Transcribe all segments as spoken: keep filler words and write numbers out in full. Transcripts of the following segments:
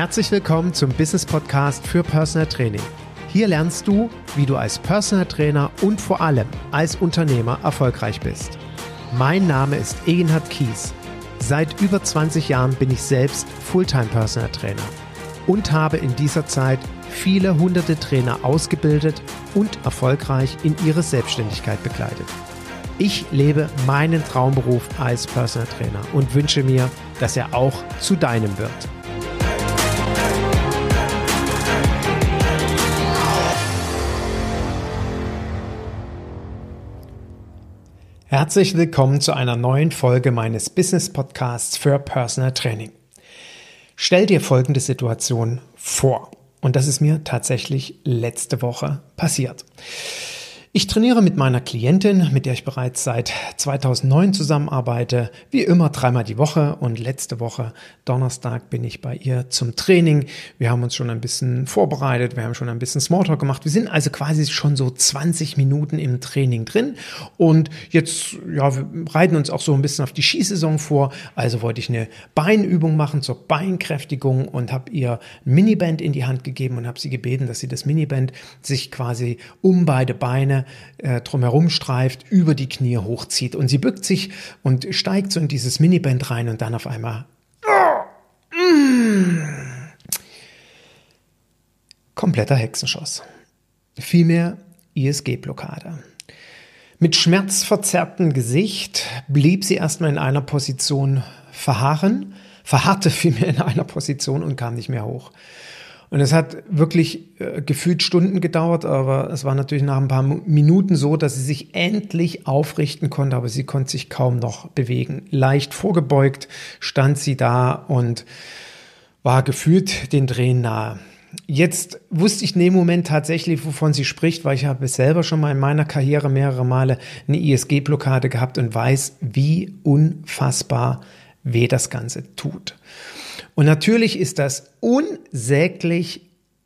Herzlich willkommen zum Business Podcast für Personal Training. Hier lernst du, wie du als Personal Trainer und vor allem als Unternehmer erfolgreich bist. Mein Name ist Eginhard Kies. Seit über zwanzig Jahren bin ich selbst Fulltime Personal Trainer und habe in dieser Zeit viele hunderte Trainer ausgebildet und erfolgreich in ihre Selbstständigkeit begleitet. Ich lebe meinen Traumberuf als Personal Trainer und wünsche mir, dass er auch zu deinem wird. Herzlich willkommen zu einer neuen Folge meines Business Podcasts für Personal Training. Stell dir folgende Situation vor. Und das ist mir tatsächlich letzte Woche passiert. Ich trainiere mit meiner Klientin, mit der ich bereits seit zweitausendneun zusammenarbeite, wie immer dreimal die Woche, und letzte Woche Donnerstag bin ich bei ihr zum Training. Wir haben uns schon ein bisschen vorbereitet, wir haben schon ein bisschen Smalltalk gemacht. Wir sind also quasi schon so zwanzig Minuten im Training drin und jetzt, ja, wir bereiten uns auch so ein bisschen auf die Skisaison vor. Also wollte ich eine Beinübung machen zur Beinkräftigung und habe ihr ein Miniband in die Hand gegeben und habe sie gebeten, dass sie das Miniband sich quasi um beide Beine äh, drumherum streift, über die Knie hochzieht. Und sie bückt sich und steigt so in dieses Miniband rein und dann auf einmal oh, mm, kompletter Hexenschuss. Vielmehr I S G-Blockade. Mit schmerzverzerrtem Gesicht blieb sie erstmal in einer Position verharren, verharrte vielmehr in einer Position und kam nicht mehr hoch. Und es hat wirklich äh, gefühlt Stunden gedauert, aber es war natürlich nach ein paar Minuten so, dass sie sich endlich aufrichten konnte, aber sie konnte sich kaum noch bewegen. Leicht vorgebeugt stand sie da und war gefühlt den Drehen nahe. Jetzt wusste ich in dem Moment tatsächlich, wovon sie spricht, weil ich habe selber schon mal in meiner Karriere mehrere Male eine I S G-Blockade gehabt und weiß, wie unfassbar weh das Ganze tut. Und natürlich ist das unsäglich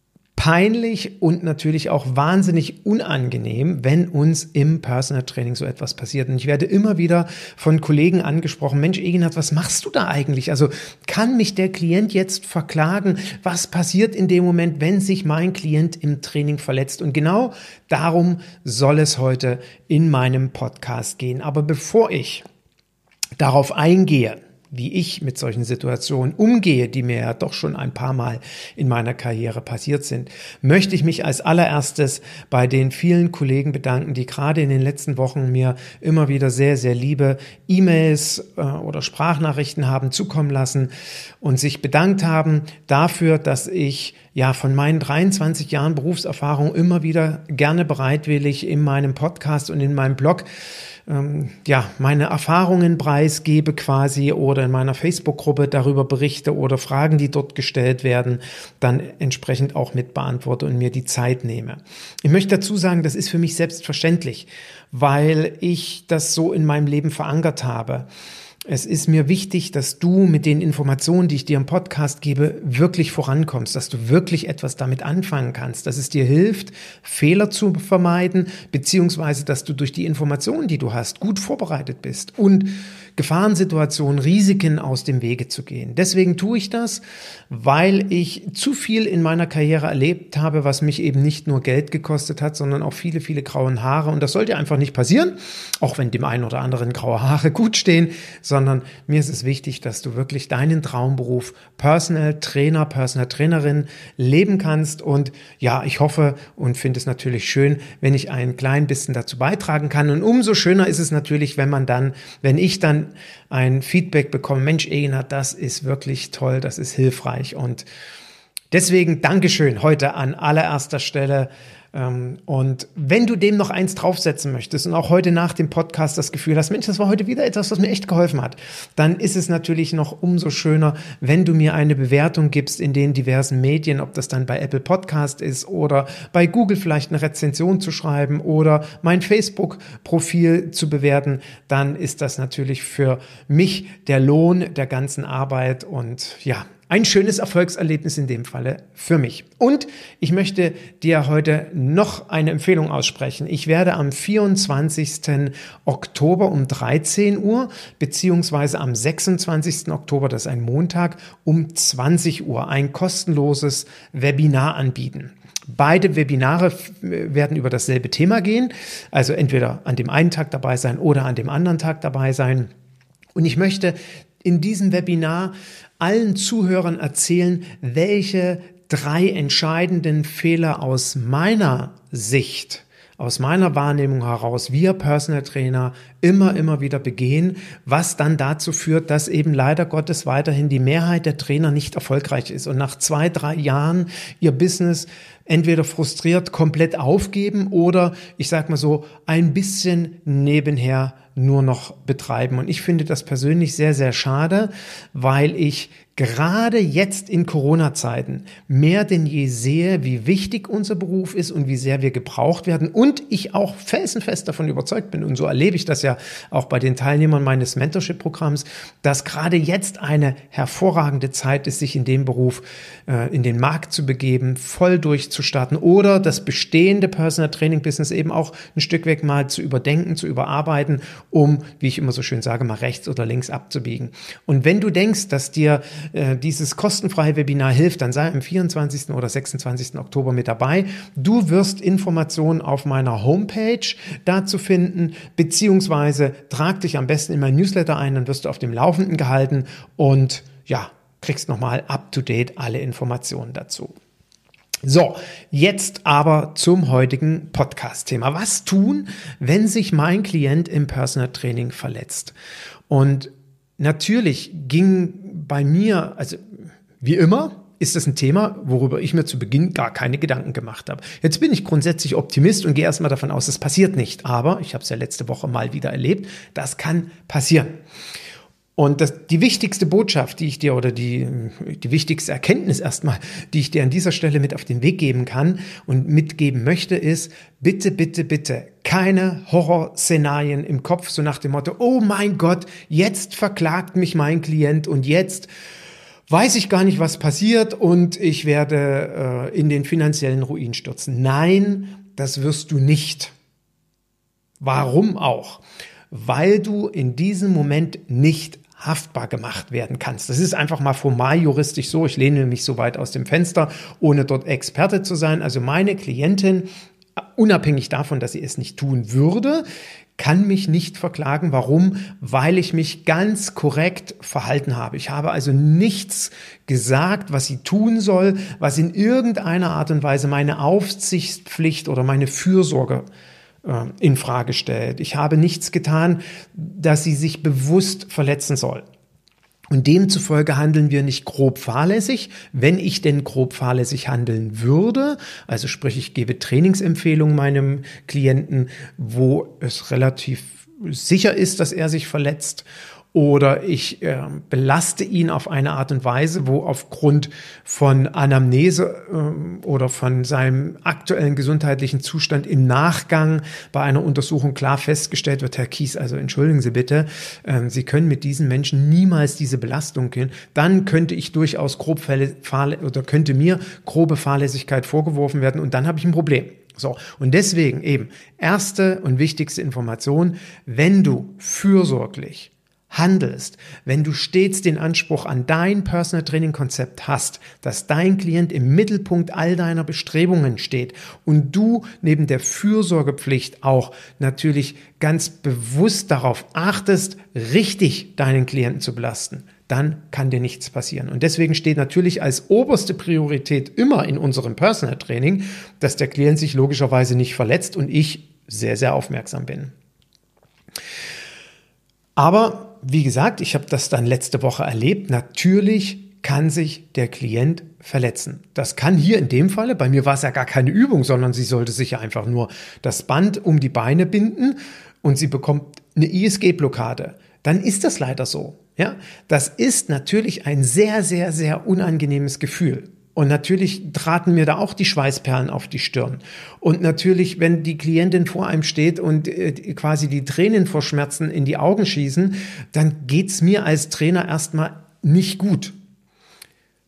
peinlich und natürlich auch wahnsinnig unangenehm, wenn uns im Personal Training so etwas passiert. Und ich werde immer wieder von Kollegen angesprochen: Mensch, Eginhard, was machst du da eigentlich? Also kann mich der Klient jetzt verklagen? Was passiert in dem Moment, wenn sich mein Klient im Training verletzt? Und genau darum soll es heute in meinem Podcast gehen. Aber bevor ich darauf eingehe, wie ich mit solchen Situationen umgehe, die mir ja doch schon ein paar Mal in meiner Karriere passiert sind, möchte ich mich als allererstes bei den vielen Kollegen bedanken, die gerade in den letzten Wochen mir immer wieder sehr, sehr liebe E-Mails äh, oder Sprachnachrichten haben zukommen lassen und sich bedankt haben dafür, dass ich ja von meinen dreiundzwanzig Jahren Berufserfahrung immer wieder gerne bereitwillig in meinem Podcast und in meinem Blog ja, meine Erfahrungen preisgebe quasi oder in meiner Facebook-Gruppe darüber berichte oder Fragen, die dort gestellt werden, dann entsprechend auch mit beantworte und mir die Zeit nehme. Ich möchte dazu sagen, das ist für mich selbstverständlich, weil ich das so in meinem Leben verankert habe. Es ist mir wichtig, dass du mit den Informationen, die ich dir im Podcast gebe, wirklich vorankommst, dass du wirklich etwas damit anfangen kannst, dass es dir hilft, Fehler zu vermeiden, beziehungsweise, dass du durch die Informationen, die du hast, gut vorbereitet bist und Gefahrensituationen, Risiken aus dem Wege zu gehen. Deswegen tue ich das, weil ich zu viel in meiner Karriere erlebt habe, was mich eben nicht nur Geld gekostet hat, sondern auch viele, viele graue Haare. Und das sollte einfach nicht passieren, auch wenn dem einen oder anderen graue Haare gut stehen, sondern mir ist es wichtig, dass du wirklich deinen Traumberuf Personal Trainer, Personal Trainerin leben kannst. Und ja, ich hoffe und finde es natürlich schön, wenn ich ein klein bisschen dazu beitragen kann. Und umso schöner ist es natürlich, wenn man dann, wenn ich dann ein Feedback bekomme: Mensch, Eginhard, das ist wirklich toll, das ist hilfreich. Und deswegen Dankeschön heute an allererster Stelle. Und wenn du dem noch eins draufsetzen möchtest und auch heute nach dem Podcast das Gefühl hast, Mensch, das war heute wieder etwas, was mir echt geholfen hat, dann ist es natürlich noch umso schöner, wenn du mir eine Bewertung gibst in den diversen Medien, ob das dann bei Apple Podcast ist oder bei Google vielleicht eine Rezension zu schreiben oder mein Facebook-Profil zu bewerten, dann ist das natürlich für mich der Lohn der ganzen Arbeit. Und ja, ein schönes Erfolgserlebnis in dem Falle für mich. Und ich möchte dir heute noch eine Empfehlung aussprechen. Ich werde am vierundzwanzigsten Oktober um dreizehn Uhr beziehungsweise am sechsundzwanzigsten Oktober, das ist ein Montag, um zwanzig Uhr ein kostenloses Webinar anbieten. Beide Webinare werden über dasselbe Thema gehen, also entweder an dem einen Tag dabei sein oder an dem anderen Tag dabei sein. Und ich möchte in diesem Webinar allen Zuhörern erzählen, welche drei entscheidenden Fehler aus meiner Sicht, aus meiner Wahrnehmung heraus, wir Personal Trainer immer, immer wieder begehen, was dann dazu führt, dass eben leider Gottes weiterhin die Mehrheit der Trainer nicht erfolgreich ist und nach zwei, drei Jahren ihr Business entweder frustriert komplett aufgeben oder, ich sag mal so, ein bisschen nebenher nur noch betreiben. Und ich finde das persönlich sehr, sehr schade, weil ich gerade jetzt in Corona-Zeiten mehr denn je sehe, wie wichtig unser Beruf ist und wie sehr wir gebraucht werden. Und ich auch felsenfest davon überzeugt bin, und so erlebe ich das ja auch bei den Teilnehmern meines Mentorship-Programms, dass gerade jetzt eine hervorragende Zeit ist, sich in dem Beruf, äh, in den Markt zu begeben, voll durchzustarten oder das bestehende Personal Training Business eben auch ein Stück weg mal zu überdenken, zu überarbeiten, um, wie ich immer so schön sage, mal rechts oder links abzubiegen. Und wenn du denkst, dass dir äh, dieses kostenfreie Webinar hilft, dann sei am vierundzwanzigsten oder sechsundzwanzigsten Oktober mit dabei. Du wirst Informationen auf meiner Homepage dazu finden, beziehungsweise trag dich am besten in mein Newsletter ein, dann wirst du auf dem Laufenden gehalten und ja, kriegst nochmal up-to-date alle Informationen dazu. So, jetzt aber zum heutigen Podcast-Thema. Was tun, wenn sich mein Klient im Personal Training verletzt? Und natürlich ging bei mir, also wie immer, ist das ein Thema, worüber ich mir zu Beginn gar keine Gedanken gemacht habe. Jetzt bin ich grundsätzlich Optimist und gehe erstmal davon aus, es passiert nicht. Aber ich habe es ja letzte Woche mal wieder erlebt, das kann passieren. Und das, die wichtigste Botschaft, die ich dir oder die, die wichtigste Erkenntnis erstmal, die ich dir an dieser Stelle mit auf den Weg geben kann und mitgeben möchte, ist, bitte, bitte, bitte keine Horrorszenarien im Kopf, so nach dem Motto, oh mein Gott, jetzt verklagt mich mein Klient und jetzt weiß ich gar nicht, was passiert und ich werde äh, in den finanziellen Ruin stürzen. Nein, das wirst du nicht. Warum auch? Weil du in diesem Moment nicht haftbar gemacht werden kannst. Das ist einfach mal formal juristisch so. Ich lehne mich so weit aus dem Fenster, ohne dort Experte zu sein. Also meine Klientin, unabhängig davon, dass sie es nicht tun würde, kann mich nicht verklagen. Warum? Weil ich mich ganz korrekt verhalten habe. Ich habe also nichts gesagt, was sie tun soll, was in irgendeiner Art und Weise meine Aufsichtspflicht oder meine Fürsorge in Frage stellt. Ich habe nichts getan, dass sie sich bewusst verletzen soll. Und demzufolge handeln wir nicht grob fahrlässig. Wenn ich denn grob fahrlässig handeln würde, also sprich, ich gebe Trainingsempfehlungen meinem Klienten, wo es relativ sicher ist, dass er sich verletzt, oder ich äh, belaste ihn auf eine Art und Weise, wo aufgrund von Anamnese äh, oder von seinem aktuellen gesundheitlichen Zustand im Nachgang bei einer Untersuchung klar festgestellt wird, Herr Kies, also entschuldigen Sie bitte, äh, Sie können mit diesen Menschen niemals diese Belastung gehen, dann könnte ich durchaus grob fahrlä- oder könnte mir grobe Fahrlässigkeit vorgeworfen werden und dann habe ich ein Problem. So, und deswegen eben erste und wichtigste Information, wenn du fürsorglich handelst, wenn du stets den Anspruch an dein Personal Training Konzept hast, dass dein Klient im Mittelpunkt all deiner Bestrebungen steht und du neben der Fürsorgepflicht auch natürlich ganz bewusst darauf achtest, richtig deinen Klienten zu belasten, dann kann dir nichts passieren. Und deswegen steht natürlich als oberste Priorität immer in unserem Personal Training, dass der Klient sich logischerweise nicht verletzt und ich sehr, sehr aufmerksam bin. Aber wie gesagt, ich habe das dann letzte Woche erlebt. Natürlich kann sich der Klient verletzen. Das kann hier in dem Falle, bei mir war es ja gar keine Übung, sondern sie sollte sich ja einfach nur das Band um die Beine binden und sie bekommt eine I S G-Blockade. Dann ist das leider so. Ja, das ist natürlich ein sehr, sehr, sehr unangenehmes Gefühl. Und natürlich traten mir da auch die Schweißperlen auf die Stirn. Und natürlich, wenn die Klientin vor einem steht und äh, quasi die Tränen vor Schmerzen in die Augen schießen, dann geht's mir als Trainer erstmal nicht gut.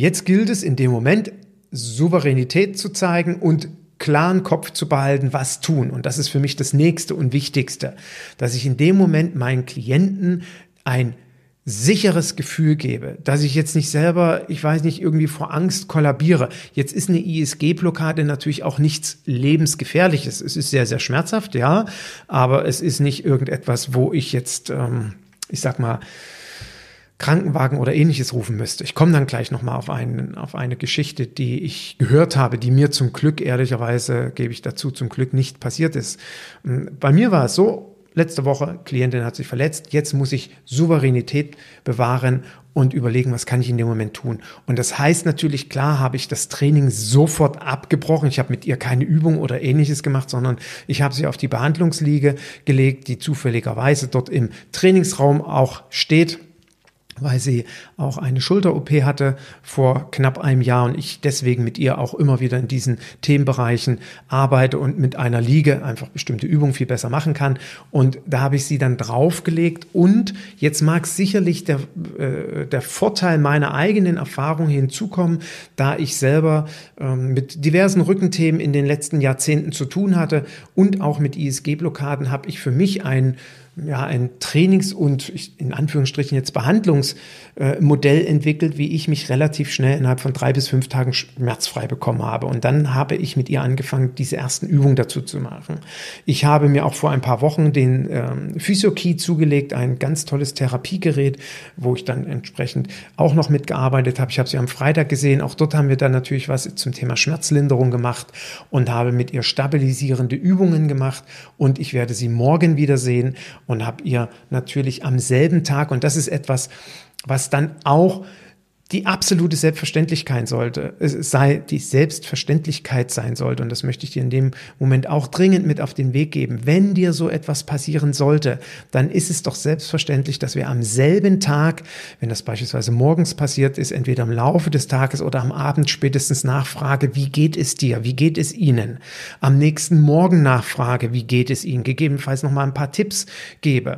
Jetzt gilt es in dem Moment, Souveränität zu zeigen und klaren Kopf zu behalten, was tun. Und das ist für mich das Nächste und Wichtigste, dass ich in dem Moment meinen Klienten ein sicheres Gefühl gebe, dass ich jetzt nicht selber, ich weiß nicht, irgendwie vor Angst kollabiere. Jetzt ist eine I S G-Blockade natürlich auch nichts Lebensgefährliches. Es ist sehr, sehr schmerzhaft, ja, aber es ist nicht irgendetwas, wo ich jetzt, ähm, ich sag mal, Krankenwagen oder Ähnliches rufen müsste. Ich komme dann gleich nochmal auf, einen, auf eine Geschichte, die ich gehört habe, die mir zum Glück, ehrlicherweise gebe ich dazu, zum Glück nicht passiert ist. Bei mir war es so, letzte Woche, Klientin hat sich verletzt, jetzt muss ich Souveränität bewahren und überlegen, was kann ich in dem Moment tun. Und das heißt natürlich, klar habe ich das Training sofort abgebrochen. Ich habe mit ihr keine Übung oder Ähnliches gemacht, sondern ich habe sie auf die Behandlungsliege gelegt, die zufälligerweise dort im Trainingsraum auch steht, weil sie auch eine Schulter-O P hatte vor knapp einem Jahr und ich deswegen mit ihr auch immer wieder in diesen Themenbereichen arbeite und mit einer Liege einfach bestimmte Übungen viel besser machen kann. Und da habe ich sie dann draufgelegt und jetzt mag sicherlich der, äh, der Vorteil meiner eigenen Erfahrung hinzukommen, da ich selber ähm, mit diversen Rückenthemen in den letzten Jahrzehnten zu tun hatte und auch mit I S G-Blockaden habe ich für mich ein ja, ein Trainings- und ich, in Anführungsstrichen jetzt Behandlungsmodell äh, entwickelt, wie ich mich relativ schnell innerhalb von drei bis fünf Tagen schmerzfrei bekommen habe. Und dann habe ich mit ihr angefangen, diese ersten Übungen dazu zu machen. Ich habe mir auch vor ein paar Wochen den ähm, Physio-Key zugelegt, ein ganz tolles Therapiegerät, wo ich dann entsprechend auch noch mitgearbeitet habe. Ich habe sie am Freitag gesehen. Auch dort haben wir dann natürlich was zum Thema Schmerzlinderung gemacht und habe mit ihr stabilisierende Übungen gemacht. Und ich werde sie morgen wiedersehen. Und habe ihr natürlich am selben Tag, und das ist etwas, was dann auch die absolute Selbstverständlichkeit sollte, es sei die Selbstverständlichkeit sein sollte. Und das möchte ich dir in dem Moment auch dringend mit auf den Weg geben. Wenn dir so etwas passieren sollte, dann ist es doch selbstverständlich, dass wir am selben Tag, wenn das beispielsweise morgens passiert ist, entweder im Laufe des Tages oder am Abend spätestens nachfrage, wie geht es dir? Wie geht es Ihnen? Am nächsten Morgen nachfrage, wie geht es Ihnen? Gegebenenfalls noch mal ein paar Tipps gebe.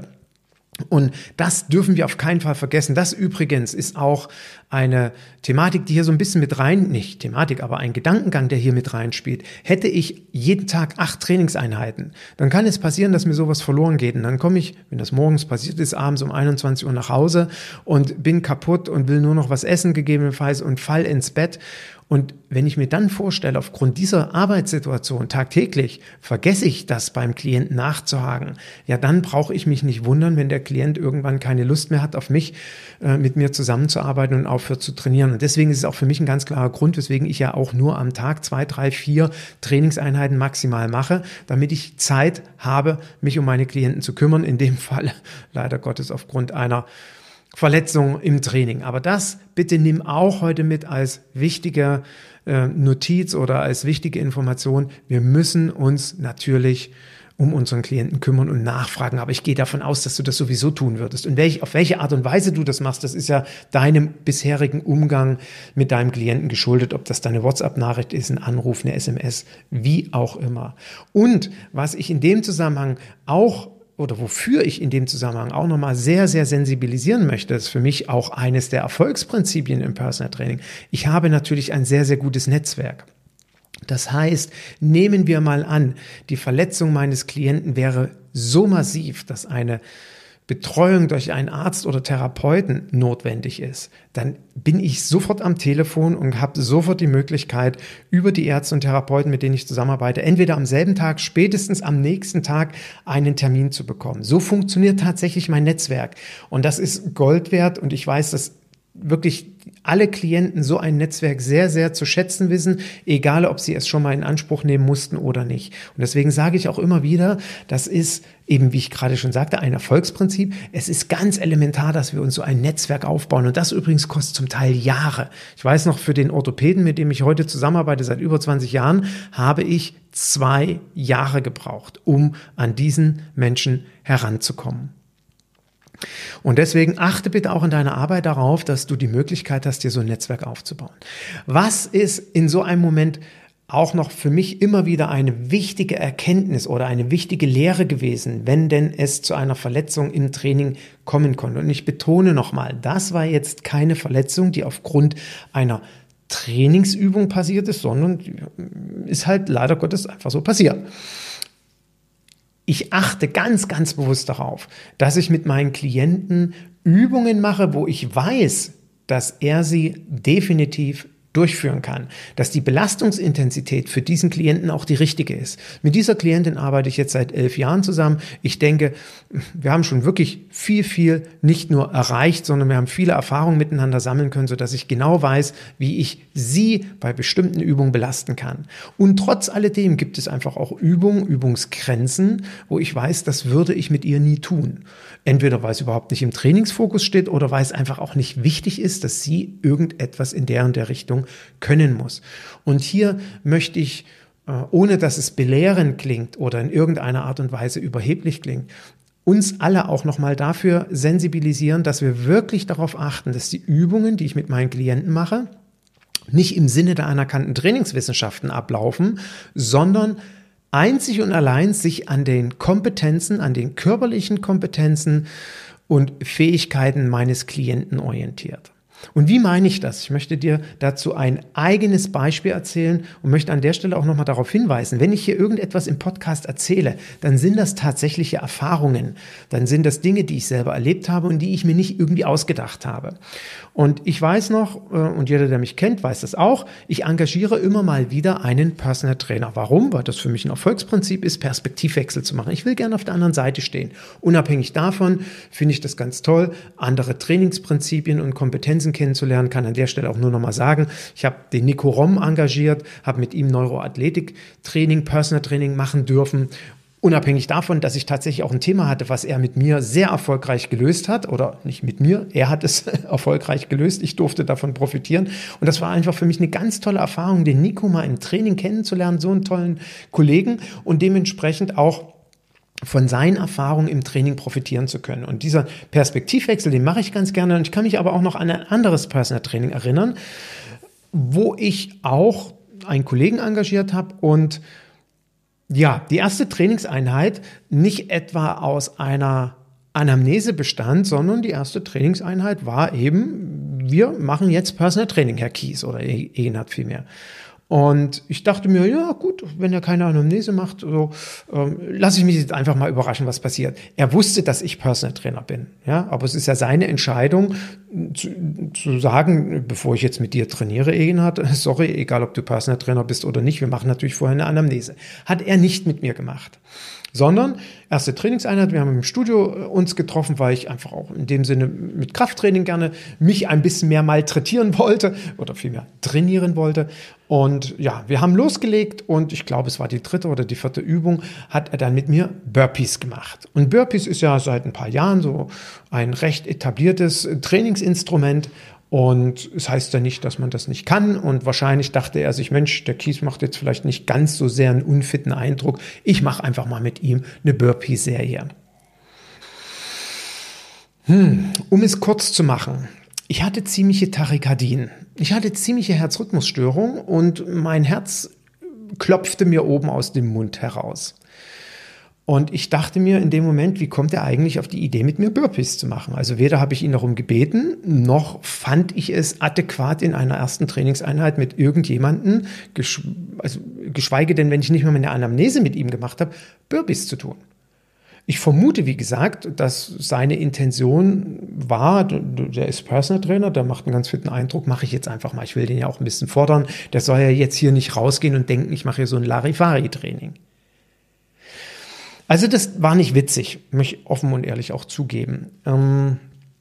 Und das dürfen wir auf keinen Fall vergessen. Das übrigens ist auch eine Thematik, die hier so ein bisschen mit rein, nicht Thematik, aber ein Gedankengang, der hier mit reinspielt. Hätte ich jeden Tag acht Trainingseinheiten, dann kann es passieren, dass mir sowas verloren geht. Und dann komme ich, wenn das morgens passiert ist, abends um einundzwanzig Uhr nach Hause und bin kaputt und will nur noch was essen gegebenenfalls und fall ins Bett. Und wenn ich mir dann vorstelle, aufgrund dieser Arbeitssituation tagtäglich vergesse ich das beim Klienten nachzuhaken, ja, dann brauche ich mich nicht wundern, wenn der Klient irgendwann keine Lust mehr hat, auf mich, äh, mit mir zusammenzuarbeiten und aufhört zu trainieren. Und deswegen ist es auch für mich ein ganz klarer Grund, weswegen ich ja auch nur am Tag zwei, drei, vier Trainingseinheiten maximal mache, damit ich Zeit habe, mich um meine Klienten zu kümmern. In dem Fall leider Gottes aufgrund einer Verletzung im Training. Aber das bitte nimm auch heute mit als wichtige äh, Notiz oder als wichtige Information. Wir müssen uns natürlich um unseren Klienten kümmern und nachfragen. Aber ich gehe davon aus, dass du das sowieso tun würdest. Und welch, auf welche Art und Weise du das machst, das ist ja deinem bisherigen Umgang mit deinem Klienten geschuldet, ob das deine WhatsApp-Nachricht ist, ein Anruf, eine S M S, wie auch immer. Und was ich in dem Zusammenhang auch oder wofür ich in dem Zusammenhang auch nochmal sehr, sehr sensibilisieren möchte, ist für mich auch eines der Erfolgsprinzipien im Personal Training. Ich habe natürlich ein sehr, sehr gutes Netzwerk. Das heißt, nehmen wir mal an, die Verletzung meines Klienten wäre so massiv, dass eine Betreuung durch einen Arzt oder Therapeuten notwendig ist, dann bin ich sofort am Telefon und habe sofort die Möglichkeit, über die Ärzte und Therapeuten, mit denen ich zusammenarbeite, entweder am selben Tag, spätestens am nächsten Tag einen Termin zu bekommen. So funktioniert tatsächlich mein Netzwerk und das ist Gold wert und ich weiß, dass wirklich alle Klienten so ein Netzwerk sehr, sehr zu schätzen wissen, egal ob sie es schon mal in Anspruch nehmen mussten oder nicht. Und deswegen sage ich auch immer wieder, das ist eben, wie ich gerade schon sagte, ein Erfolgsprinzip. Es ist ganz elementar, dass wir uns so ein Netzwerk aufbauen. Und das übrigens kostet zum Teil Jahre. Ich weiß noch, für den Orthopäden, mit dem ich heute zusammenarbeite, seit über zwanzig Jahren, habe ich zwei Jahre gebraucht, um an diesen Menschen heranzukommen. Und deswegen achte bitte auch in deiner Arbeit darauf, dass du die Möglichkeit hast, dir so ein Netzwerk aufzubauen. Was ist in so einem Moment auch noch für mich immer wieder eine wichtige Erkenntnis oder eine wichtige Lehre gewesen, wenn denn es zu einer Verletzung im Training kommen konnte. Und ich betone nochmal, das war jetzt keine Verletzung, die aufgrund einer Trainingsübung passiert ist, sondern ist halt leider Gottes einfach so passiert. Ich achte ganz, ganz bewusst darauf, dass ich mit meinen Klienten Übungen mache, wo ich weiß, dass er sie definitiv durchführen kann, dass die Belastungsintensität für diesen Klienten auch die richtige ist. Mit dieser Klientin arbeite ich jetzt seit elf Jahren zusammen. Ich denke, wir haben schon wirklich viel, viel nicht nur erreicht, sondern wir haben viele Erfahrungen miteinander sammeln können, sodass ich genau weiß, wie ich sie bei bestimmten Übungen belasten kann. Und trotz alledem gibt es einfach auch Übungen, Übungsgrenzen, wo ich weiß, das würde ich mit ihr nie tun. Entweder weil es überhaupt nicht im Trainingsfokus steht oder weil es einfach auch nicht wichtig ist, dass sie irgendetwas in der und der Richtung können muss. Und hier möchte ich, ohne dass es belehrend klingt oder in irgendeiner Art und Weise überheblich klingt, uns alle auch nochmal dafür sensibilisieren, dass wir wirklich darauf achten, dass die Übungen, die ich mit meinen Klienten mache, nicht im Sinne der anerkannten Trainingswissenschaften ablaufen, sondern einzig und allein sich an den Kompetenzen, an den körperlichen Kompetenzen und Fähigkeiten meines Klienten orientiert. Und wie meine ich das? Ich möchte dir dazu ein eigenes Beispiel erzählen und möchte an der Stelle auch nochmal darauf hinweisen, wenn ich hier irgendetwas im Podcast erzähle, dann sind das tatsächliche Erfahrungen, dann sind das Dinge, die ich selber erlebt habe und die ich mir nicht irgendwie ausgedacht habe. Und ich weiß noch, und jeder, der mich kennt, weiß das auch, ich engagiere immer mal wieder einen Personal Trainer. Warum? Weil das für mich ein Erfolgsprinzip ist, Perspektivwechsel zu machen. Ich will gerne auf der anderen Seite stehen. Unabhängig davon finde ich das ganz toll, andere Trainingsprinzipien und Kompetenzen kennenzulernen, kann an der Stelle auch nur noch mal sagen, ich habe den Nico Romm engagiert, habe mit ihm Neuroathletik-Training, Personal Training machen dürfen. Unabhängig davon, dass ich tatsächlich auch ein Thema hatte, was er mit mir sehr erfolgreich gelöst hat, oder nicht mit mir, er hat es erfolgreich gelöst, ich durfte davon profitieren. Und das war einfach für mich eine ganz tolle Erfahrung, den Nico mal im Training kennenzulernen, so einen tollen Kollegen und dementsprechend auch von seinen Erfahrungen im Training profitieren zu können. Und dieser Perspektivwechsel, den mache ich ganz gerne. Und ich kann mich aber auch noch an ein anderes Personal Training erinnern, wo ich auch einen Kollegen engagiert habe und ja, die erste Trainingseinheit nicht etwa aus einer Anamnese bestand, sondern die erste Trainingseinheit war eben, wir machen jetzt Personal Training, Herr Kies oder Egenhard vielmehr. Und ich dachte mir, ja gut, wenn er keine Anamnese macht, so, ähm, lasse ich mich jetzt einfach mal überraschen, was passiert. Er wusste, dass ich Personal Trainer bin, ja, aber es ist ja seine Entscheidung zu, zu sagen, bevor ich jetzt mit dir trainiere, Egenhard, sorry, egal ob du Personal Trainer bist oder nicht, wir machen natürlich vorher eine Anamnese. Hat er nicht mit mir gemacht. Sondern erste Trainingseinheit, wir haben im Studio uns getroffen, weil ich einfach auch in dem Sinne mit Krafttraining gerne mich ein bisschen mehr malträtieren wollte oder vielmehr trainieren wollte. Und ja, wir haben losgelegt und ich glaube, es war die dritte oder die vierte Übung, hat er dann mit mir Burpees gemacht. Und Burpees ist ja seit ein paar Jahren so ein recht etabliertes Trainingsinstrument. Und es heißt ja nicht, dass man das nicht kann. Und wahrscheinlich dachte er sich, Mensch, der Kies macht jetzt vielleicht nicht ganz so sehr einen unfitten Eindruck. Ich mache einfach mal mit ihm eine Burpee-Serie. Hm, um es kurz zu machen. Ich hatte ziemliche Tachykardien. Ich hatte ziemliche Herzrhythmusstörung und mein Herz klopfte mir oben aus dem Mund heraus. Und ich dachte mir in dem Moment, wie kommt er eigentlich auf die Idee, mit mir Burpees zu machen? Also weder habe ich ihn darum gebeten, noch fand ich es adäquat in einer ersten Trainingseinheit mit irgendjemandem, gesch- also geschweige denn, wenn ich nicht mal meine Anamnese mit ihm gemacht habe, Burpees zu tun. Ich vermute, wie gesagt, dass seine Intention war, der ist Personal Trainer, der macht einen ganz fitten Eindruck, mache ich jetzt einfach mal. Ich will den ja auch ein bisschen fordern. Der soll ja jetzt hier nicht rausgehen und denken, ich mache hier so ein Larifari-Training. Also das war nicht witzig, möchte ich offen und ehrlich auch zugeben. Ähm,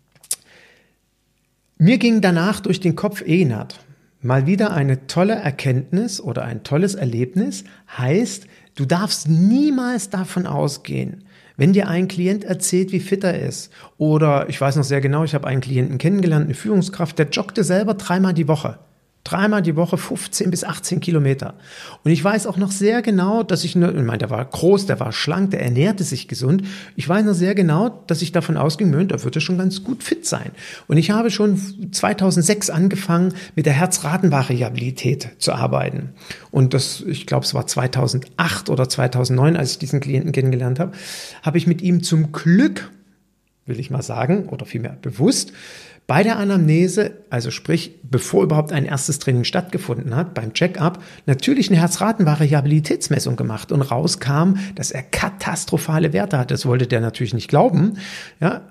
mir ging danach durch den Kopf, Egenhard, mal wieder eine tolle Erkenntnis oder ein tolles Erlebnis, heißt, du darfst niemals davon ausgehen, wenn dir ein Klient erzählt, wie fit er ist, oder ich weiß noch sehr genau, ich habe einen Klienten kennengelernt, eine Führungskraft, der joggte selber dreimal die Woche. Dreimal die Woche fünfzehn bis achtzehn Kilometer. Und ich weiß auch noch sehr genau, dass ich, nur, ich meine, der war groß, der war schlank, der ernährte sich gesund. Ich weiß noch sehr genau, dass ich davon ausging, da wird er schon ganz gut fit sein. Und ich habe schon zweitausendsechs angefangen, mit der Herzratenvariabilität zu arbeiten. Und das, ich glaube, es war zweitausendacht oder zweitausendneun, als ich diesen Klienten kennengelernt habe, habe ich mit ihm zum Glück, will ich mal sagen, oder vielmehr bewusst, bei der Anamnese, also sprich, bevor überhaupt ein erstes Training stattgefunden hat, beim Check-up, natürlich eine Herzratenvariabilitätsmessung gemacht und rauskam, dass er katastrophale Werte hat. Das wollte der natürlich nicht glauben. Ja,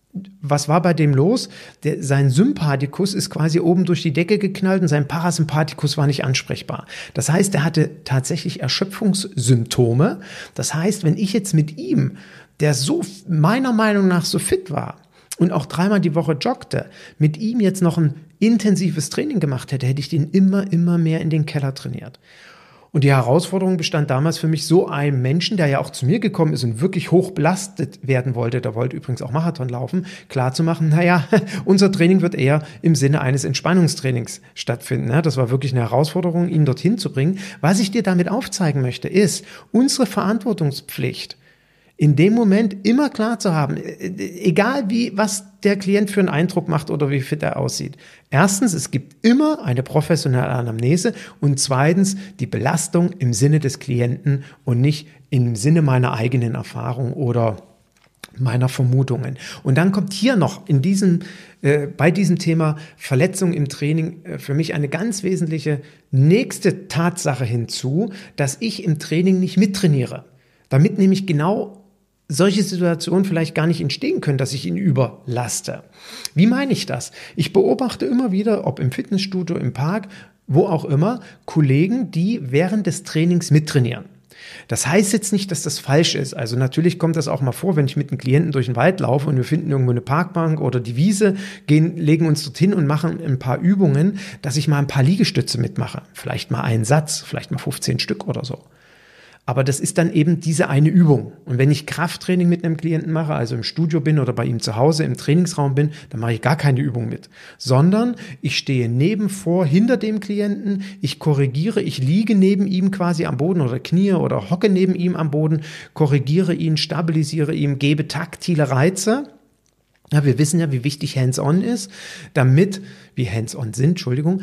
was war bei dem los? Der, sein Sympathikus ist quasi oben durch die Decke geknallt und sein Parasympathikus war nicht ansprechbar. Das heißt, er hatte tatsächlich Erschöpfungssymptome. Das heißt, wenn ich jetzt mit ihm, der so meiner Meinung nach so fit war, und auch dreimal die Woche joggte, mit ihm jetzt noch ein intensives Training gemacht hätte, hätte ich den immer, immer mehr in den Keller trainiert. Und die Herausforderung bestand damals für mich, so einem Menschen, der ja auch zu mir gekommen ist und wirklich hoch belastet werden wollte, der wollte übrigens auch Marathon laufen, klarzumachen, naja, unser Training wird eher im Sinne eines Entspannungstrainings stattfinden. Das war wirklich eine Herausforderung, ihn dorthin zu bringen. Was ich dir damit aufzeigen möchte, ist unsere Verantwortungspflicht, in dem Moment immer klar zu haben, egal wie, was der Klient für einen Eindruck macht oder wie fit er aussieht. Erstens, es gibt immer eine professionelle Anamnese und zweitens die Belastung im Sinne des Klienten und nicht im Sinne meiner eigenen Erfahrung oder meiner Vermutungen. Und dann kommt hier noch in diesem, äh, bei diesem Thema Verletzung im Training äh, für mich eine ganz wesentliche nächste Tatsache hinzu, dass ich im Training nicht mittrainiere. Damit nämlich genau solche Situationen vielleicht gar nicht entstehen können, dass ich ihn überlaste. Wie meine ich das? Ich beobachte immer wieder, ob im Fitnessstudio, im Park, wo auch immer, Kollegen, die während des Trainings mittrainieren. Das heißt jetzt nicht, dass das falsch ist. Also natürlich kommt das auch mal vor, wenn ich mit einem Klienten durch den Wald laufe und wir finden irgendwo eine Parkbank oder die Wiese, gehen, legen uns dorthin und machen ein paar Übungen, dass ich mal ein paar Liegestütze mitmache. Vielleicht mal einen Satz, vielleicht mal fünfzehn Stück oder so. Aber das ist dann eben diese eine Übung. Und wenn ich Krafttraining mit einem Klienten mache, also im Studio bin oder bei ihm zu Hause im Trainingsraum bin, dann mache ich gar keine Übung mit. Sondern ich stehe neben, vor, hinter dem Klienten, ich korrigiere, ich liege neben ihm quasi am Boden oder knie oder hocke neben ihm am Boden, korrigiere ihn, stabilisiere ihn, gebe taktile Reize. Ja, wir wissen ja, wie wichtig Hands-on ist, damit, wie Hands-on sind, Entschuldigung,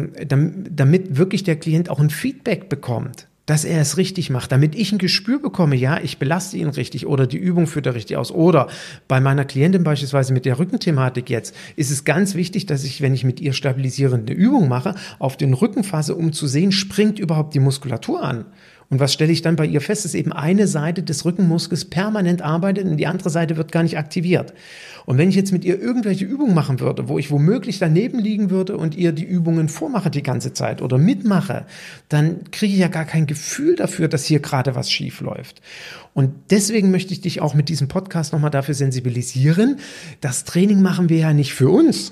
damit wirklich der Klient auch ein Feedback bekommt, dass er es richtig macht, damit ich ein Gespür bekomme, ja, ich belaste ihn richtig oder die Übung führt er richtig aus. Oder bei meiner Klientin beispielsweise mit der Rückenthematik jetzt, ist es ganz wichtig, dass ich, wenn ich mit ihr stabilisierende Übung mache, auf den Rücken fasse, um zu sehen, springt überhaupt die Muskulatur an. Und was stelle ich dann bei ihr fest, ist eben eine Seite des Rückenmuskels permanent arbeitet und die andere Seite wird gar nicht aktiviert. Und wenn ich jetzt mit ihr irgendwelche Übungen machen würde, wo ich womöglich daneben liegen würde und ihr die Übungen vormache die ganze Zeit oder mitmache, dann kriege ich ja gar kein Gefühl dafür, dass hier gerade was schief läuft. Und deswegen möchte ich dich auch mit diesem Podcast nochmal dafür sensibilisieren. Das Training machen wir ja nicht für uns.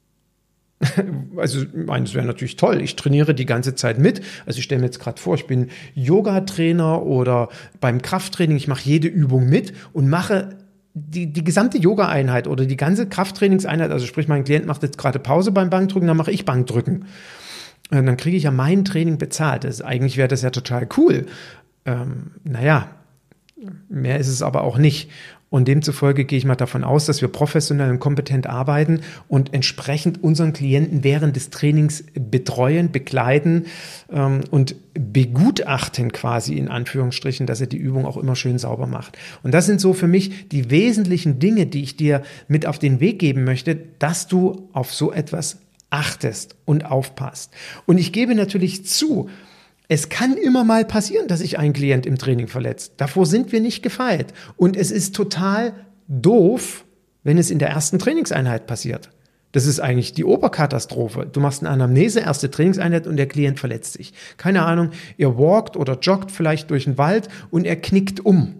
Also, ich meine, es wäre natürlich toll. Ich trainiere die ganze Zeit mit. Also ich stelle mir jetzt gerade vor, ich bin Yoga-Trainer oder beim Krafttraining, ich mache jede Übung mit und mache die, die gesamte Yoga-Einheit oder die ganze Krafttrainingseinheit. Also sprich, mein Klient macht jetzt gerade Pause beim Bankdrücken, dann mache ich Bankdrücken. Und dann kriege ich ja mein Training bezahlt. Das, eigentlich wäre das ja total cool. Ähm, naja, mehr ist es aber auch nicht. Und demzufolge gehe ich mal davon aus, dass wir professionell und kompetent arbeiten und entsprechend unseren Klienten während des Trainings betreuen, begleiten ähm, und begutachten quasi in Anführungsstrichen, dass er die Übung auch immer schön sauber macht. Und das sind so für mich die wesentlichen Dinge, die ich dir mit auf den Weg geben möchte, dass du auf so etwas achtest und aufpasst. Und ich gebe natürlich zu, es kann immer mal passieren, dass sich ein Klient im Training verletzt. Davor sind wir nicht gefeit. Und es ist total doof, wenn es in der ersten Trainingseinheit passiert. Das ist eigentlich die Oberkatastrophe. Du machst eine Anamnese, erste Trainingseinheit und der Klient verletzt sich. Keine Ahnung, ihr walkt oder joggt vielleicht durch den Wald und er knickt um.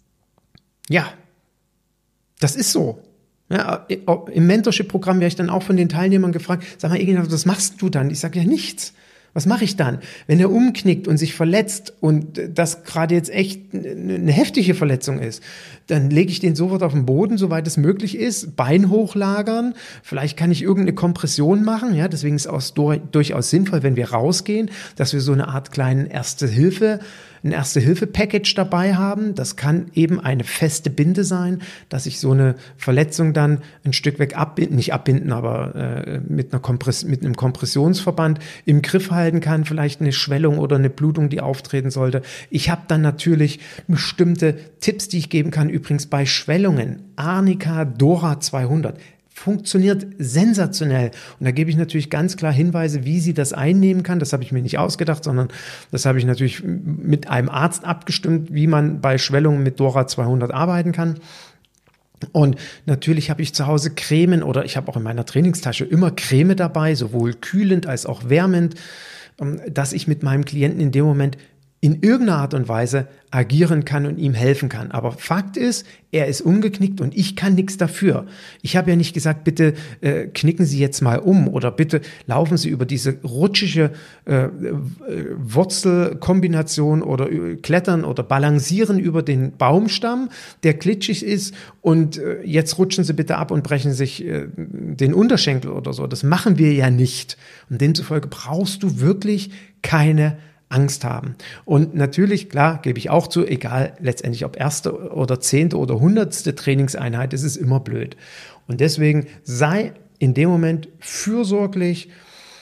Ja, das ist so. Ja, im Mentorship-Programm werde ich dann auch von den Teilnehmern gefragt, sag mal, Egin, was machst du dann? Ich sage ja nichts. Was mache ich dann, wenn er umknickt und sich verletzt und das gerade jetzt echt eine heftige Verletzung ist? Dann lege ich den sofort auf den Boden, soweit es möglich ist, Bein hochlagern. Vielleicht kann ich irgendeine Kompression machen. Ja, deswegen ist es durchaus sinnvoll, wenn wir rausgehen, dass wir so eine Art kleinen Erste-Hilfe ein Erste-Hilfe-Package dabei haben. Das kann eben eine feste Binde sein, dass ich so eine Verletzung dann ein Stück weg abbinden, nicht abbinden, aber äh, mit, einer Kompress- mit einem Kompressionsverband im Griff halten kann, vielleicht eine Schwellung oder eine Blutung, die auftreten sollte. Ich habe dann natürlich bestimmte Tipps, die ich geben kann, übrigens bei Schwellungen. Arnika Dora zweihundert. Funktioniert sensationell. Und da gebe ich natürlich ganz klar Hinweise, wie sie das einnehmen kann. Das habe ich mir nicht ausgedacht, sondern das habe ich natürlich mit einem Arzt abgestimmt, wie man bei Schwellungen mit Dora zweihundert arbeiten kann. Und natürlich habe ich zu Hause Cremen oder ich habe auch in meiner Trainingstasche immer Creme dabei, sowohl kühlend als auch wärmend, dass ich mit meinem Klienten in dem Moment in irgendeiner Art und Weise agieren kann und ihm helfen kann. Aber Fakt ist, er ist umgeknickt und ich kann nichts dafür. Ich habe ja nicht gesagt, bitte äh, knicken Sie jetzt mal um oder bitte laufen Sie über diese rutschige äh, Wurzelkombination oder äh, klettern oder balancieren über den Baumstamm, der glitschig ist und äh, jetzt rutschen Sie bitte ab und brechen sich äh, den Unterschenkel oder so. Das machen wir ja nicht. Und demzufolge brauchst du wirklich keine Angst haben. Und natürlich, klar, gebe ich auch zu, egal letztendlich ob erste oder zehnte oder hundertste Trainingseinheit, es ist immer blöd. Und deswegen sei in dem Moment fürsorglich,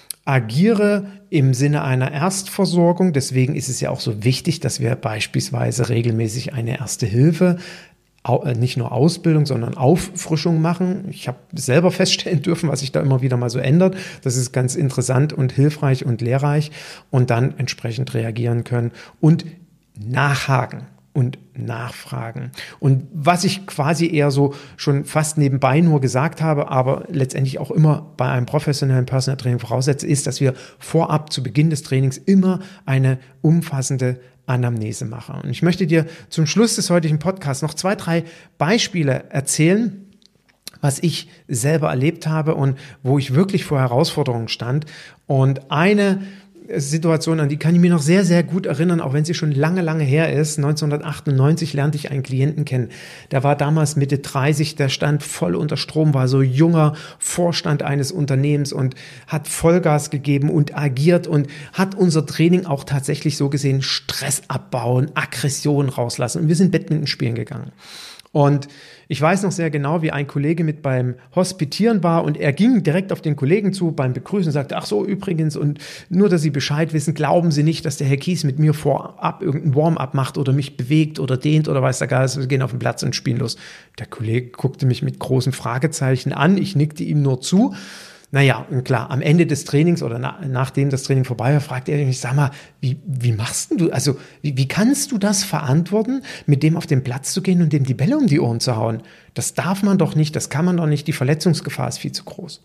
agiere im Sinne einer Erstversorgung. Deswegen ist es ja auch so wichtig, dass wir beispielsweise regelmäßig eine Erste Hilfe, nicht nur Ausbildung, sondern Auffrischung machen. Ich habe selber feststellen dürfen, was sich da immer wieder mal so ändert. Das ist ganz interessant und hilfreich und lehrreich und dann entsprechend reagieren können und nachhaken und nachfragen. Und was ich quasi eher so schon fast nebenbei nur gesagt habe, aber letztendlich auch immer bei einem professionellen Personal Training voraussetze, ist, dass wir vorab zu Beginn des Trainings immer eine umfassende Anamnese mache. Und ich möchte dir zum Schluss des heutigen Podcasts noch zwei, drei Beispiele erzählen, was ich selber erlebt habe und wo ich wirklich vor Herausforderungen stand. Und eine Situation, an die kann ich mich noch sehr, sehr gut erinnern, auch wenn sie schon lange, lange her ist. neunzehnhundertachtundneunzig lernte ich einen Klienten kennen. Der war damals Mitte dreißig, der stand voll unter Strom, war so junger Vorstand eines Unternehmens und hat Vollgas gegeben und agiert und hat unser Training auch tatsächlich so gesehen Stress abbauen, Aggression rauslassen. Und wir sind Badminton spielen gegangen. Und ich weiß noch sehr genau, wie ein Kollege mit beim Hospitieren war und er ging direkt auf den Kollegen zu beim Begrüßen und sagte, ach so, übrigens, und nur, dass Sie Bescheid wissen, glauben Sie nicht, dass der Herr Kies mit mir vorab irgendein Warm-up macht oder mich bewegt oder dehnt oder weiß der Geist, wir gehen auf den Platz und spielen los. Der Kollege guckte mich mit großen Fragezeichen an, ich nickte ihm nur zu. Naja, und klar, am Ende des Trainings oder na, nachdem das Training vorbei war, fragte er mich, sag mal, wie, wie machst denn du, also wie, wie kannst du das verantworten, mit dem auf den Platz zu gehen und dem die Bälle um die Ohren zu hauen? Das darf man doch nicht, das kann man doch nicht, die Verletzungsgefahr ist viel zu groß.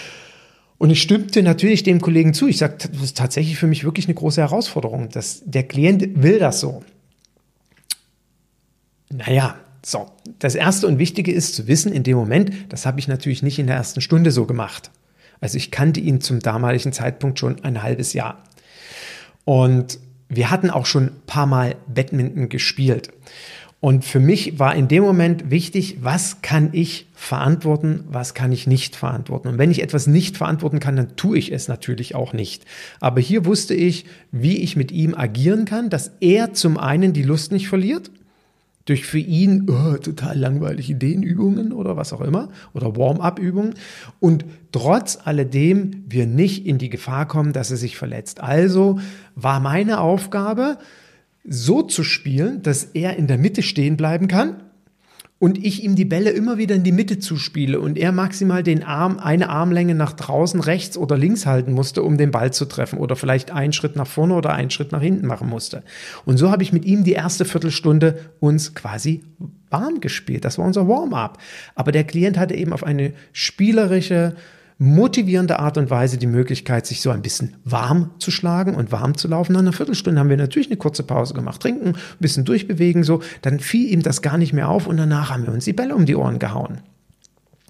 Und ich stimmte natürlich dem Kollegen zu. Ich sagte, das ist tatsächlich für mich wirklich eine große Herausforderung. Das, der Klient will das so. Naja, so. Das Erste und Wichtige ist zu wissen, in dem Moment, das habe ich natürlich nicht in der ersten Stunde so gemacht. Also ich kannte ihn zum damaligen Zeitpunkt schon ein halbes Jahr. Und wir hatten auch schon ein paar Mal Badminton gespielt. Und für mich war in dem Moment wichtig, was kann ich verantworten, was kann ich nicht verantworten. Und wenn ich etwas nicht verantworten kann, dann tue ich es natürlich auch nicht. Aber hier wusste ich, wie ich mit ihm agieren kann, dass er zum einen die Lust nicht verliert, durch für ihn oh, total langweilige Dehnübungen oder was auch immer oder Warm-up-Übungen und trotz alledem wir nicht in die Gefahr kommen, dass er sich verletzt. Also war meine Aufgabe, so zu spielen, dass er in der Mitte stehen bleiben kann und ich ihm die Bälle immer wieder in die Mitte zuspiele und er maximal den Arm, eine Armlänge nach draußen, rechts oder links halten musste, um den Ball zu treffen oder vielleicht einen Schritt nach vorne oder einen Schritt nach hinten machen musste. Und so habe ich mit ihm die erste Viertelstunde uns quasi warm gespielt. Das war unser Warm-up. Aber der Klient hatte eben auf eine spielerische, motivierende Art und Weise die Möglichkeit, sich so ein bisschen warm zu schlagen und warm zu laufen. Nach einer Viertelstunde haben wir natürlich eine kurze Pause gemacht, trinken, ein bisschen durchbewegen, so. Dann fiel ihm das gar nicht mehr auf und danach haben wir uns die Bälle um die Ohren gehauen.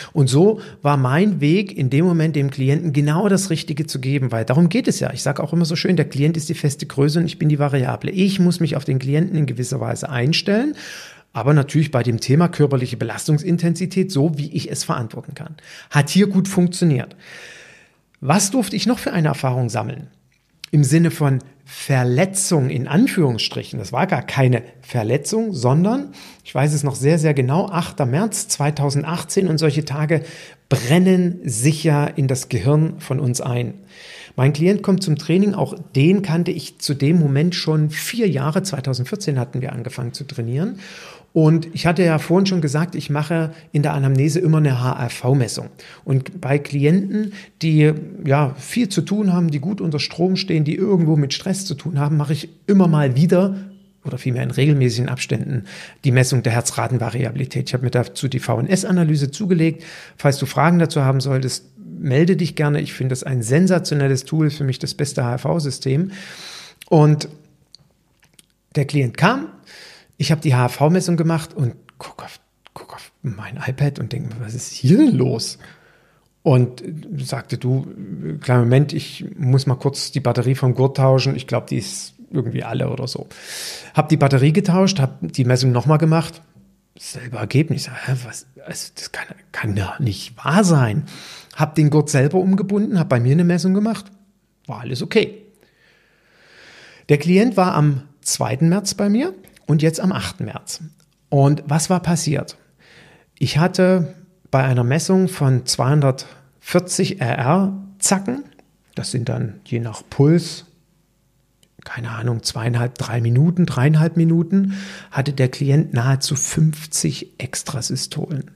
Und so war mein Weg in dem Moment dem Klienten genau das Richtige zu geben, weil darum geht es ja. Ich sage auch immer so schön, der Klient ist die feste Größe und ich bin die Variable. Ich muss mich auf den Klienten in gewisser Weise einstellen, aber natürlich bei dem Thema körperliche Belastungsintensität so, wie ich es verantworten kann. Hat hier gut funktioniert. Was durfte ich noch für eine Erfahrung sammeln? Im Sinne von Verletzung in Anführungsstrichen. Das war gar keine Verletzung, sondern, ich weiß es noch sehr, sehr genau, achter März zweitausendachtzehn, und solche Tage brennen sicher in das Gehirn von uns ein. Mein Klient kommt zum Training, auch den kannte ich zu dem Moment schon vier Jahre, zweitausendvierzehn hatten wir angefangen zu trainieren. Und ich hatte ja vorhin schon gesagt, ich mache in der Anamnese immer eine H R V-Messung. Und bei Klienten, die ja viel zu tun haben, die gut unter Strom stehen, die irgendwo mit Stress zu tun haben, mache ich immer mal wieder oder vielmehr in regelmäßigen Abständen die Messung der Herzratenvariabilität. Ich habe mir dazu die V N S-Analyse zugelegt. Falls du Fragen dazu haben solltest, melde dich gerne. Ich finde das ein sensationelles Tool, für mich das beste H R V-System. Und der Klient kam, ich habe die H R V-Messung gemacht und gucke auf, guck auf mein iPad und denke mir, was ist hier denn los? Und sagte, du, kleinen Moment, ich muss mal kurz die Batterie vom Gurt tauschen. Ich glaube, die ist irgendwie alle oder so. Hab die Batterie getauscht, habe die Messung nochmal gemacht. Selber Ergebnis. Hä, was, also das kann, kann ja nicht wahr sein. Hab den Gurt selber umgebunden, habe bei mir eine Messung gemacht. War alles okay. Der Klient war am zweiten März bei mir und jetzt am achten März. Und was war passiert? Ich hatte bei einer Messung von zweihundertvierzig R R Zacken, das sind dann je nach Puls, keine Ahnung, zweieinhalb, drei Minuten, dreieinhalb Minuten, hatte der Klient nahezu fünfzig Extrasystolen.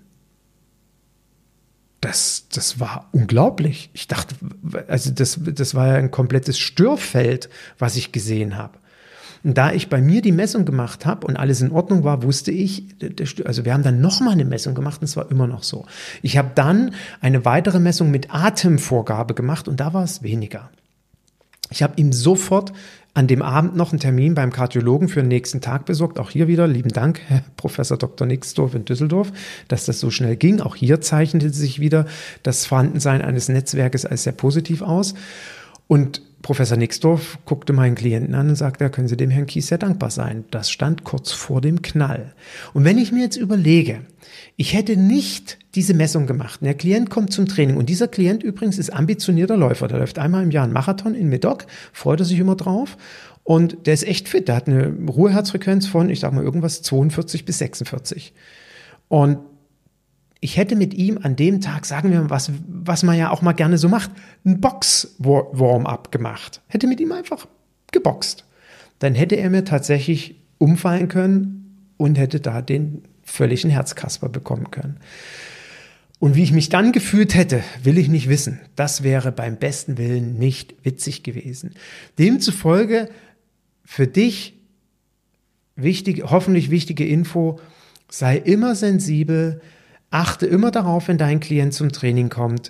Das, das war unglaublich. Ich dachte, also das, das war ja ein komplettes Störfeld, was ich gesehen habe. Und da ich bei mir die Messung gemacht habe und alles in Ordnung war, wusste ich, also wir haben dann nochmal eine Messung gemacht und es war immer noch so. Ich habe dann eine weitere Messung mit Atemvorgabe gemacht und da war es weniger. Ich habe ihm sofort an dem Abend noch einen Termin beim Kardiologen für den nächsten Tag besorgt. Auch hier wieder lieben Dank, Herr Professor Doktor Nixdorf in Düsseldorf, dass das so schnell ging. Auch hier zeichnete sich wieder das Vorhandensein eines Netzwerkes als sehr positiv aus. Und Professor Nixdorf guckte meinen Klienten an und sagte, da können Sie dem Herrn Kies sehr dankbar sein. Das stand kurz vor dem Knall. Und wenn ich mir jetzt überlege, ich hätte nicht diese Messung gemacht, und der Klient kommt zum Training und dieser Klient übrigens ist ambitionierter Läufer, der läuft einmal im Jahr einen Marathon in Medoc, freut er sich immer drauf und der ist echt fit, der hat eine Ruheherzfrequenz von, ich sag mal irgendwas, zweiundvierzig bis sechsundvierzig. Und ich hätte mit ihm an dem Tag, sagen wir mal, was, was man ja auch mal gerne so macht, ein Box-Warm-up gemacht. Hätte mit ihm einfach geboxt. Dann hätte er mir tatsächlich umfallen können und hätte da den völligen Herzkasper bekommen können. Und wie ich mich dann gefühlt hätte, will ich nicht wissen. Das wäre beim besten Willen nicht witzig gewesen. Demzufolge für dich wichtig, hoffentlich wichtige Info, sei immer sensibel. Achte immer darauf, wenn dein Klient zum Training kommt,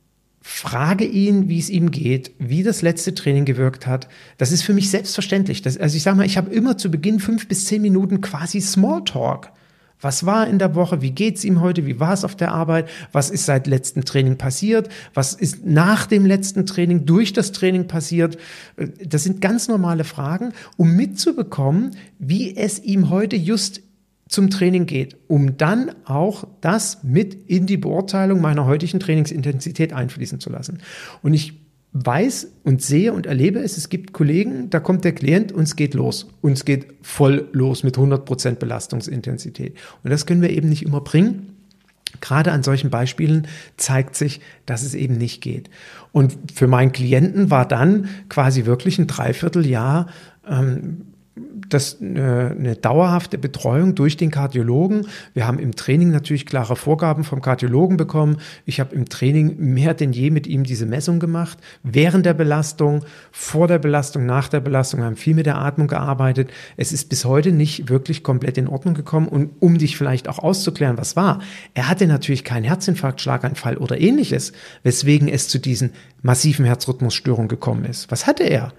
frage ihn, wie es ihm geht, wie das letzte Training gewirkt hat. Das ist für mich selbstverständlich. Das, also ich sage mal, ich habe immer zu Beginn fünf bis zehn Minuten quasi Smalltalk. Was war in der Woche? Wie geht's ihm heute? Wie war es auf der Arbeit? Was ist seit letztem Training passiert? Was ist nach dem letzten Training, durch das Training passiert? Das sind ganz normale Fragen, um mitzubekommen, wie es ihm heute just zum Training geht, um dann auch das mit in die Beurteilung meiner heutigen Trainingsintensität einfließen zu lassen. Und ich weiß und sehe und erlebe es, es gibt Kollegen, da kommt der Klient und es geht los. Und es geht voll los mit hundert Prozent Belastungsintensität. Und das können wir eben nicht immer bringen. Gerade an solchen Beispielen zeigt sich, dass es eben nicht geht. Und für meinen Klienten war dann quasi wirklich ein Dreivierteljahr ähm, das eine, eine dauerhafte Betreuung durch den Kardiologen. Wir haben im Training natürlich klare Vorgaben vom Kardiologen bekommen. Ich habe im Training mehr denn je mit ihm diese Messung gemacht. Während der Belastung, vor der Belastung, nach der Belastung, wir haben viel mit der Atmung gearbeitet. Es ist bis heute nicht wirklich komplett in Ordnung gekommen. Und um dich vielleicht auch auszuklären, was war, er hatte natürlich keinen Herzinfarkt, Schlaganfall oder ähnliches, weswegen es zu diesen massiven Herzrhythmusstörungen gekommen ist. Was hatte er?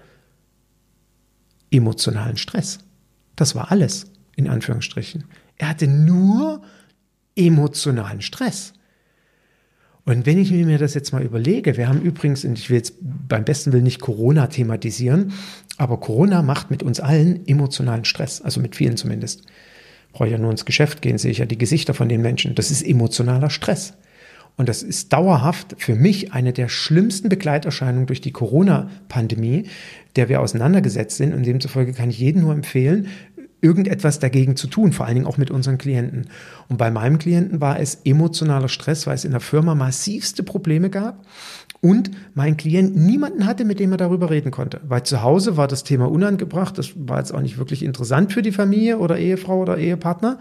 Emotionalen Stress. Das war alles, in Anführungsstrichen. Er hatte nur emotionalen Stress. Und wenn ich mir das jetzt mal überlege, wir haben übrigens, und ich will jetzt beim besten Willen nicht Corona thematisieren, aber Corona macht mit uns allen emotionalen Stress, also mit vielen zumindest. Brauche ich ja nur ins Geschäft gehen, sehe ich ja die Gesichter von den Menschen. Das ist emotionaler Stress. Und das ist dauerhaft für mich eine der schlimmsten Begleiterscheinungen durch die Corona-Pandemie, der wir auseinandergesetzt sind. Und demzufolge kann ich jedem nur empfehlen, irgendetwas dagegen zu tun, vor allen Dingen auch mit unseren Klienten. Und bei meinem Klienten war es emotionaler Stress, weil es in der Firma massivste Probleme gab und mein Klient niemanden hatte, mit dem er darüber reden konnte. Weil zu Hause war das Thema unangebracht, das war jetzt auch nicht wirklich interessant für die Familie oder Ehefrau oder Ehepartner.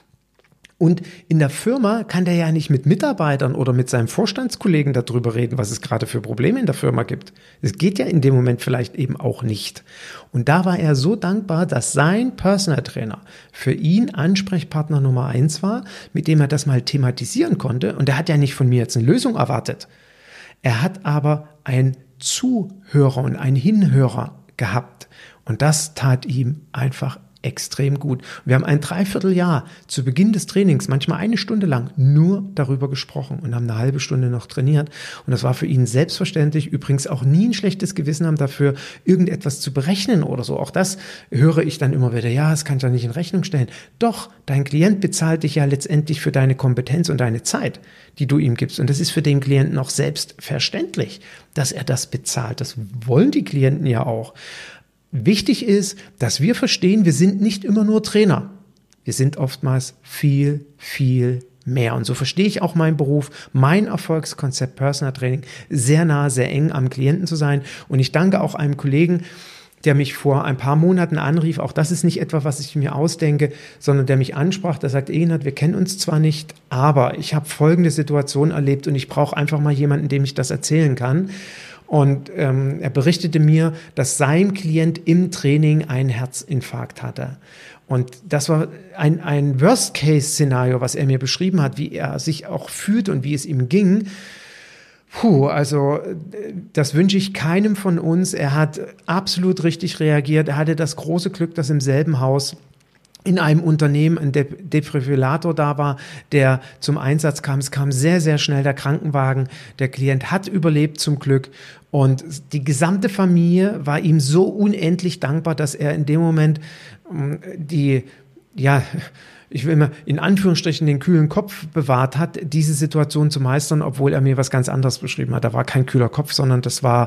Und in der Firma kann der ja nicht mit Mitarbeitern oder mit seinem Vorstandskollegen darüber reden, was es gerade für Probleme in der Firma gibt. Es geht ja in dem Moment vielleicht eben auch nicht. Und da war er so dankbar, dass sein Personal Trainer für ihn Ansprechpartner Nummer eins war, mit dem er das mal thematisieren konnte. Und er hat ja nicht von mir jetzt eine Lösung erwartet. Er hat aber einen Zuhörer und einen Hinhörer gehabt. Und das tat ihm einfach extrem gut. Wir haben ein Dreivierteljahr zu Beginn des Trainings, manchmal eine Stunde lang, nur darüber gesprochen und haben eine halbe Stunde noch trainiert. Und das war für ihn selbstverständlich, übrigens auch nie ein schlechtes Gewissen haben dafür, irgendetwas zu berechnen oder so. Auch das höre ich dann immer wieder, ja, das kann ich ja nicht in Rechnung stellen. Doch, dein Klient bezahlt dich ja letztendlich für deine Kompetenz und deine Zeit, die du ihm gibst. Und das ist für den Klienten auch selbstverständlich, dass er das bezahlt. Das wollen die Klienten ja auch. Wichtig ist, dass wir verstehen, wir sind nicht immer nur Trainer. Wir sind oftmals viel, viel mehr. Und so verstehe ich auch meinen Beruf, mein Erfolgskonzept Personal Training, sehr nah, sehr eng am Klienten zu sein. Und ich danke auch einem Kollegen, der mich vor ein paar Monaten anrief. Auch das ist nicht etwa, was ich mir ausdenke, sondern der mich ansprach, der sagt, Egenhard, wir kennen uns zwar nicht, aber ich habe folgende Situation erlebt und ich brauche einfach mal jemanden, dem ich das erzählen kann. Und ähm, er berichtete mir, dass sein Klient im Training einen Herzinfarkt hatte. Und das war ein, ein Worst-Case-Szenario, was er mir beschrieben hat, wie er sich auch fühlt und wie es ihm ging. Puh, also das wünsche ich keinem von uns. Er hat absolut richtig reagiert. Er hatte das große Glück, dass im selben Haus in einem Unternehmen ein De- Defibrillator da war, der zum Einsatz kam. Es kam sehr, sehr schnell der Krankenwagen. Der Klient hat überlebt zum Glück. Und die gesamte Familie war ihm so unendlich dankbar, dass er in dem Moment die, ja, ich will mal in Anführungsstrichen den kühlen Kopf bewahrt hat, diese Situation zu meistern, obwohl er mir was ganz anderes beschrieben hat. Da war kein kühler Kopf, sondern das war,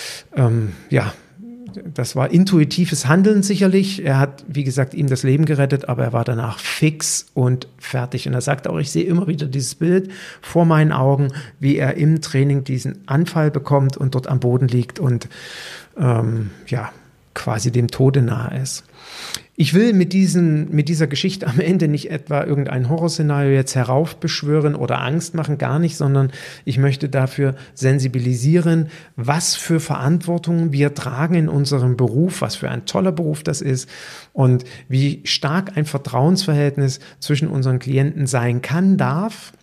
ähm, ja, Das war intuitives Handeln sicherlich. Er hat, wie gesagt, ihm das Leben gerettet, aber er war danach fix und fertig. Und er sagt auch, ich sehe immer wieder dieses Bild vor meinen Augen, wie er im Training diesen Anfall bekommt und dort am Boden liegt und ähm, ja, quasi dem Tode nahe ist. Ich will mit diesen, mit dieser Geschichte am Ende nicht etwa irgendein Horrorszenario jetzt heraufbeschwören oder Angst machen, gar nicht, sondern ich möchte dafür sensibilisieren, was für Verantwortung wir tragen in unserem Beruf, was für ein toller Beruf das ist und wie stark ein Vertrauensverhältnis zwischen unseren Klienten sein kann, darf.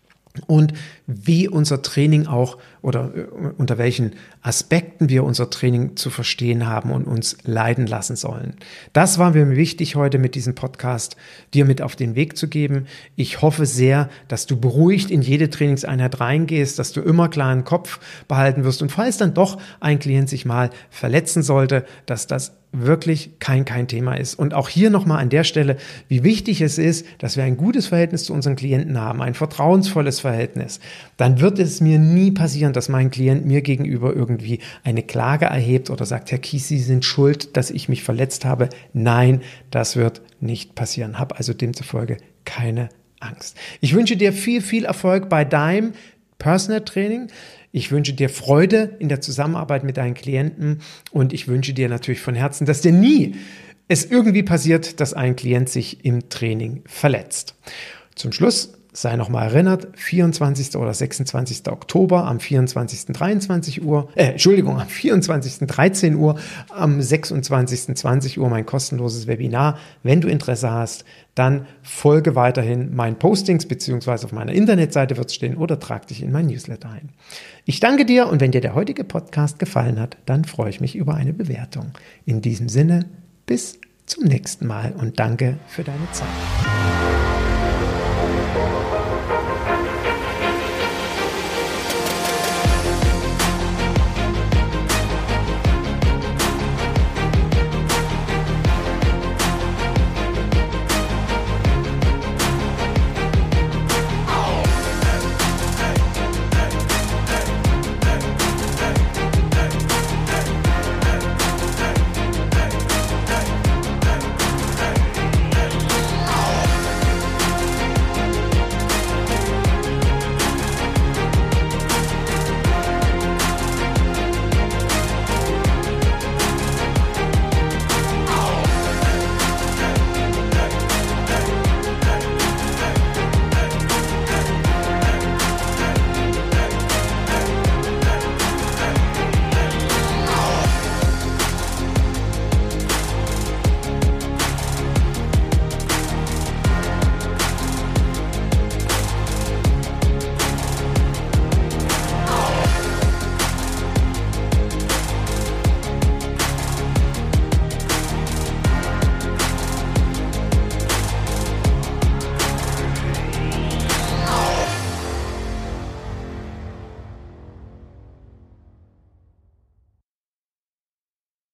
Und wie unser Training auch oder unter welchen Aspekten wir unser Training zu verstehen haben und uns leiten lassen sollen. Das war mir wichtig, heute mit diesem Podcast dir mit auf den Weg zu geben. Ich hoffe sehr, dass du beruhigt in jede Trainingseinheit reingehst, dass du immer klaren Kopf behalten wirst und falls dann doch ein Klient sich mal verletzen sollte, dass das wirklich kein, kein Thema ist. Und auch hier nochmal an der Stelle, wie wichtig es ist, dass wir ein gutes Verhältnis zu unseren Klienten haben, ein vertrauensvolles Verhältnis. Dann wird es mir nie passieren, dass mein Klient mir gegenüber irgendwie eine Klage erhebt oder sagt, Herr Kies, Sie sind schuld, dass ich mich verletzt habe. Nein, das wird nicht passieren. Hab also demzufolge keine Angst. Ich wünsche dir viel, viel Erfolg bei deinem Personal Training. Ich wünsche dir Freude in der Zusammenarbeit mit deinen Klienten und ich wünsche dir natürlich von Herzen, dass dir nie es irgendwie passiert, dass ein Klient sich im Training verletzt. Zum Schluss sei nochmal erinnert, vierundzwanzigsten oder sechsundzwanzigsten Oktober, am vierundzwanzigsten dreiundzwanzig Uhr, äh, Entschuldigung, am vierundzwanzigsten dreizehn Uhr, am sechsundzwanzigsten zwanzig Uhr mein kostenloses Webinar. Wenn du Interesse hast, dann folge weiterhin meinen Postings, beziehungsweise auf meiner Internetseite wird es stehen oder trag dich in mein Newsletter ein. Ich danke dir und wenn dir der heutige Podcast gefallen hat, dann freue ich mich über eine Bewertung. In diesem Sinne, bis zum nächsten Mal und danke für deine Zeit.